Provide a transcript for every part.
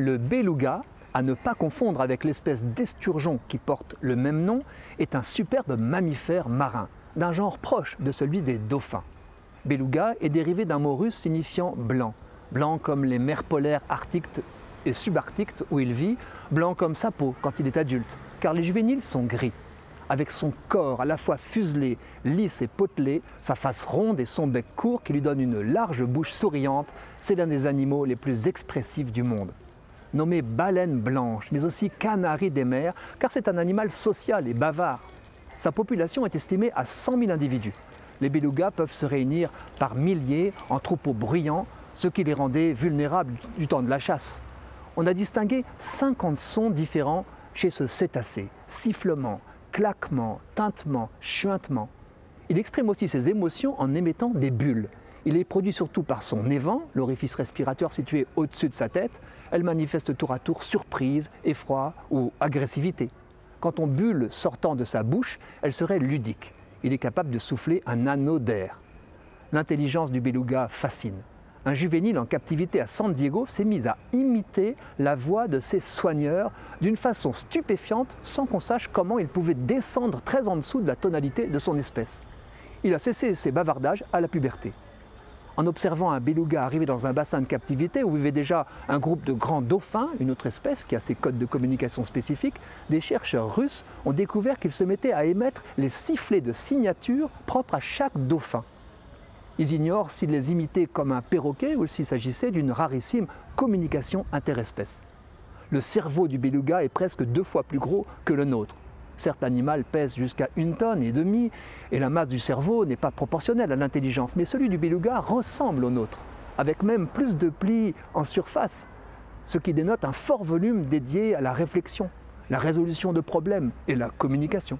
Le beluga, à ne pas confondre avec l'espèce d'esturgeon qui porte le même nom, est un superbe mammifère marin, d'un genre proche de celui des dauphins. Beluga est dérivé d'un mot russe signifiant blanc, blanc comme les mers polaires arctiques et subarctiques où il vit, blanc comme sa peau quand il est adulte, car les juvéniles sont gris. Avec son corps à la fois fuselé, lisse et potelé, sa face ronde et son bec court qui lui donne une large bouche souriante, c'est l'un des animaux les plus expressifs du monde. Nommé baleine blanche, mais aussi canari des mers, car c'est un animal social et bavard. Sa population est estimée à 100 000 individus. Les belugas peuvent se réunir par milliers en troupeaux bruyants, ce qui les rendait vulnérables du temps de la chasse. On a distingué 50 sons différents chez ce cétacé, sifflements, claquements, tintements, chuintements. Il exprime aussi ses émotions en émettant des bulles. Il les produit surtout par son évent, l'orifice respirateur situé au-dessus de sa tête. Elle manifeste tour à tour surprise, effroi ou agressivité. Quand on bulle sortant de sa bouche, elle serait ludique. Il est capable de souffler un anneau d'air. L'intelligence du beluga fascine. Un juvénile en captivité à San Diego s'est mis à imiter la voix de ses soigneurs d'une façon stupéfiante sans qu'on sache comment il pouvait descendre très en dessous de la tonalité de son espèce. Il a cessé ses bavardages à la puberté. En observant un beluga arriver dans un bassin de captivité où vivait déjà un groupe de grands dauphins, une autre espèce qui a ses codes de communication spécifiques, des chercheurs russes ont découvert qu'ils se mettaient à émettre les sifflets de signature propres à chaque dauphin. Ils ignorent s'ils les imitaient comme un perroquet ou s'il s'agissait d'une rarissime communication interespèces. Le cerveau du beluga est presque 2 fois plus gros que le nôtre. Certes, l'animal pèse jusqu'à 1,5 tonnes et la masse du cerveau n'est pas proportionnelle à l'intelligence, mais celui du beluga ressemble au nôtre, avec même plus de plis en surface, ce qui dénote un fort volume dédié à la réflexion, la résolution de problèmes et la communication.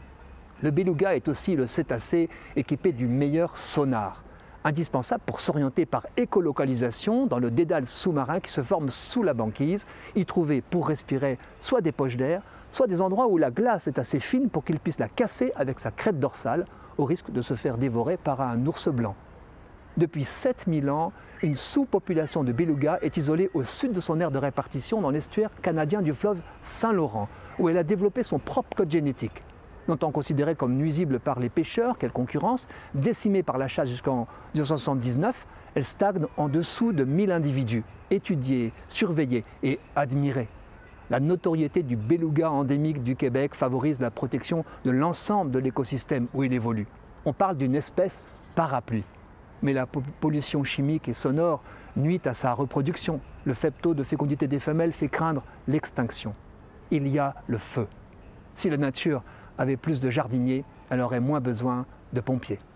Le beluga est aussi le cétacé équipé du meilleur sonar, indispensable pour s'orienter par écolocalisation dans le dédale sous-marin qui se forme sous la banquise, y trouver pour respirer soit des poches d'air, soit des endroits où la glace est assez fine pour qu'il puisse la casser avec sa crête dorsale, au risque de se faire dévorer par un ours blanc. Depuis 7000 ans, une sous-population de beluga est isolée au sud de son aire de répartition dans l'estuaire canadien du fleuve Saint-Laurent, où elle a développé son propre code génétique. Longtemps considérée comme nuisible par les pêcheurs qu'elle concurrence, décimée par la chasse jusqu'en 1979, elle stagne en dessous de 1000 individus, étudiés, surveillés et admirés. La notoriété du beluga endémique du Québec favorise la protection de l'ensemble de l'écosystème où il évolue. On parle d'une espèce parapluie. Mais la pollution chimique et sonore nuit à sa reproduction. Le faible taux de fécondité des femelles fait craindre l'extinction. Il y a le feu. Si la nature avait plus de jardiniers, elle aurait moins besoin de pompiers.